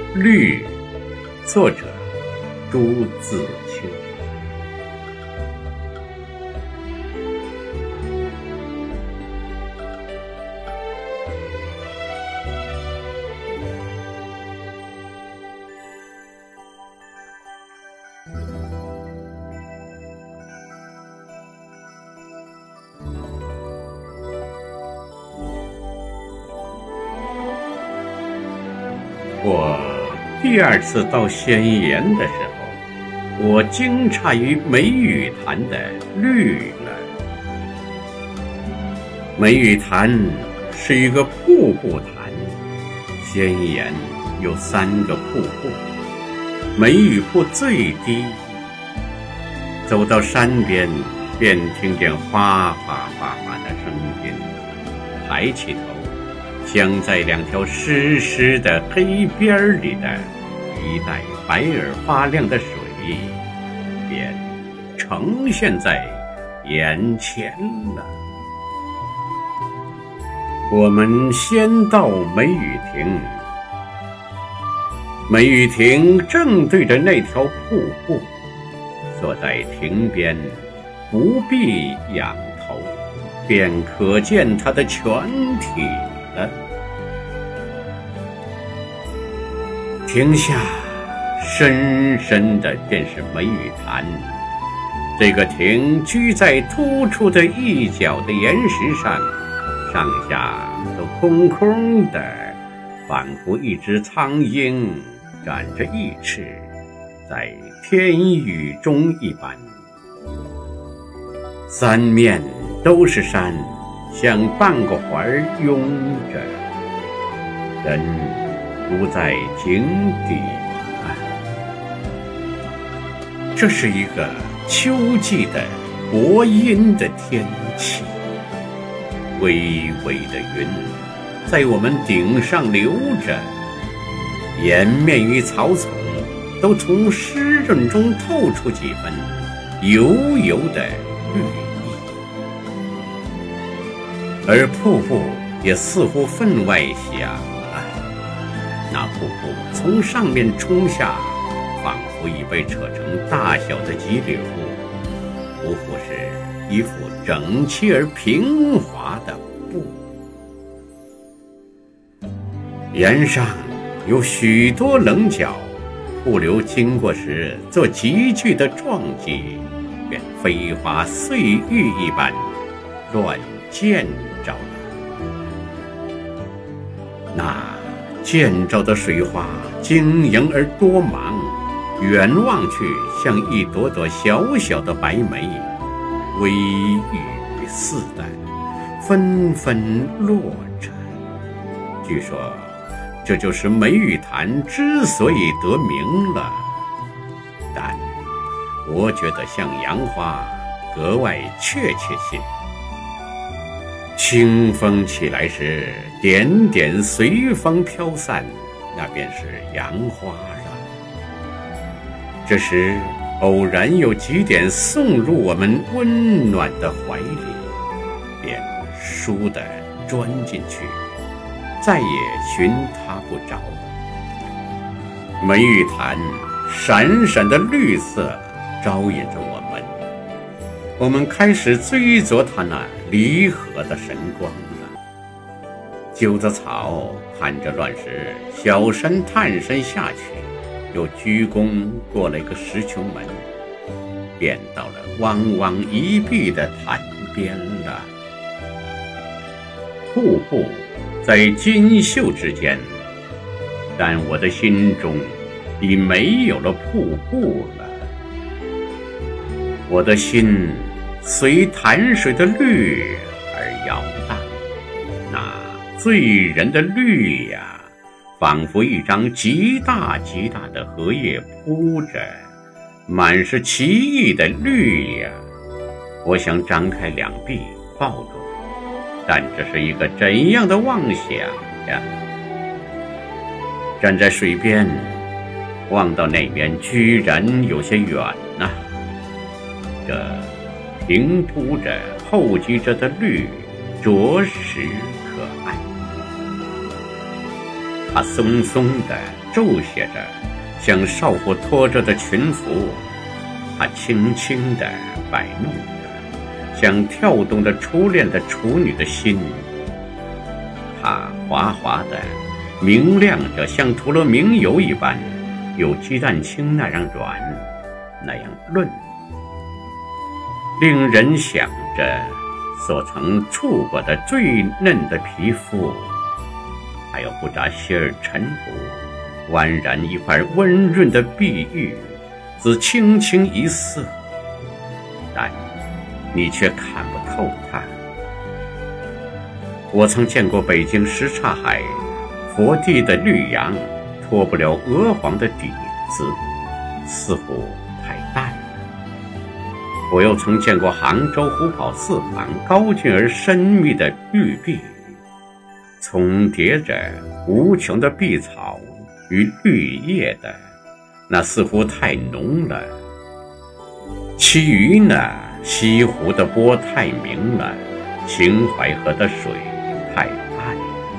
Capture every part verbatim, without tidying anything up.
绿，作者朱自清。我第二次到仙岩的时候，我惊诧于梅雨潭的绿了。梅雨潭是一个瀑布潭，仙岩有三个瀑布，梅雨瀑最低。走到山边，便听见哗哗哗哗的声音，抬起头，镶在两条湿湿的黑边里的一带白而发亮的水便呈现在眼前了。我们先到梅雨亭，梅雨亭正对着那条瀑布，坐在亭边不必仰头，便可见它的全体了。亭下深深的便是梅雨潭，这个亭居在突出的一角的岩石上，上下都空空的，仿佛一只苍鹰展着翼翅在天宇中一般。三面都是山，像半个环拥着，人如在井底岸。这是一个秋季的薄阴的天气，微微的云在我们顶上流着，岩面与草丛都从湿润中透出几分油油的绿意，而瀑布也似乎分外响了。那瀑布从上面冲下，仿佛已被扯成大小的急流，不复是一幅整齐而平滑的布。岩上有许多棱角，瀑流经过时做急剧的撞击，便飞花碎玉一般乱溅着了。那溅着的水花晶莹而多芒，远望去像一朵朵小小的白梅，微雨似的纷纷落着。据说这就是梅雨潭之所以得名了，但我觉得像杨花格外确切些。清风起来时，点点随风飘散，那便是杨花了。这时偶然有几点送入我们温暖的怀里，便倏地钻进去，再也寻它不着。梅雨潭闪闪的绿色招引着我们，我们开始追逐它那离合的神光了。揪着草，攀着乱石，小山探身下去，又鞠躬过了一个石穹门，便到了汪汪一碧的潭边了。瀑布在锦绣之间，但我的心中已没有了瀑布了。我的心随潭水的绿而摇荡，那醉人的绿呀，仿佛一张极大极大的荷叶铺着，满是奇异的绿呀。我想张开两臂抱住，但这是一个怎样的妄想呀！站在水边，望到那边居然有些远呐、啊。这平铺着厚积着的绿，着实可爱。 它松松地皱写着，像少妇拖着的裙服；它轻轻地摆弄着，像跳动的初恋的处女的心；它滑滑的明亮着，像涂了明油一般，有鸡蛋清那样软，那样润，令人想着所曾触过的最嫩的皮肤，还有不扎希尔尘土，宛然一块温润的碧玉，只轻轻一色，但你却看不透它。我曾见过北京什刹海佛地的绿杨，脱不了鹅黄的底子，似乎太淡了。我又曾见过杭州虎跑寺旁高峻而深密的玉壁，重叠着无穷的碧草与绿叶的，那似乎太浓了。其余呢，西湖的波太明了，秦淮河的水太暗。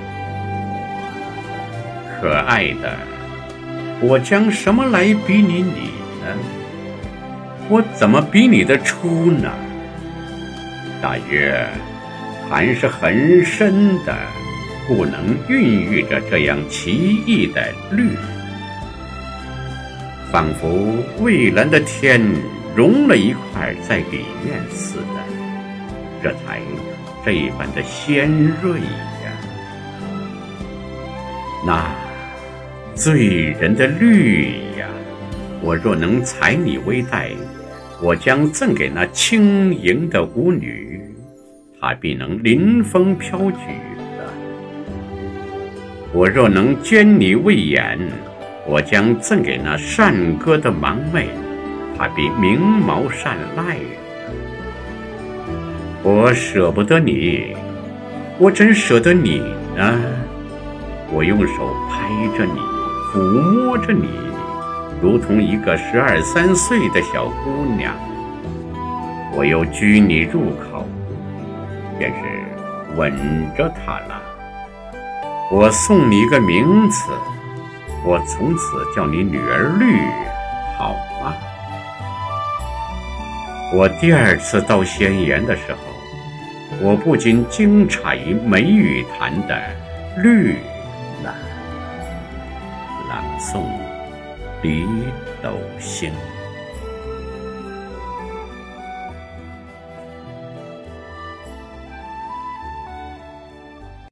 可爱的，我将什么来比拟你呢？我怎么比你的出呢？大约还是很深的，不能孕育着这样奇异的绿，仿佛蔚蓝的天融了一块在里面似的，这才这般的鲜锐呀。那醉人的绿呀，我若能采你为带，我将赠给那轻盈的舞女，她必能临风飘举了。我若能捐你为眼，我将赠给那善歌的盲妹，她必明眸善睐了。我舍不得你，我怎舍得你呢？我用手拍着你，抚摸着你，如同一个十二三岁的小姑娘。我又拘你入口，便是吻着她了。我送你一个名字，我从此叫你女儿绿，好吗？我第二次到仙岩的时候，我不禁惊诧于梅雨潭的绿了。朗诵：李斗星。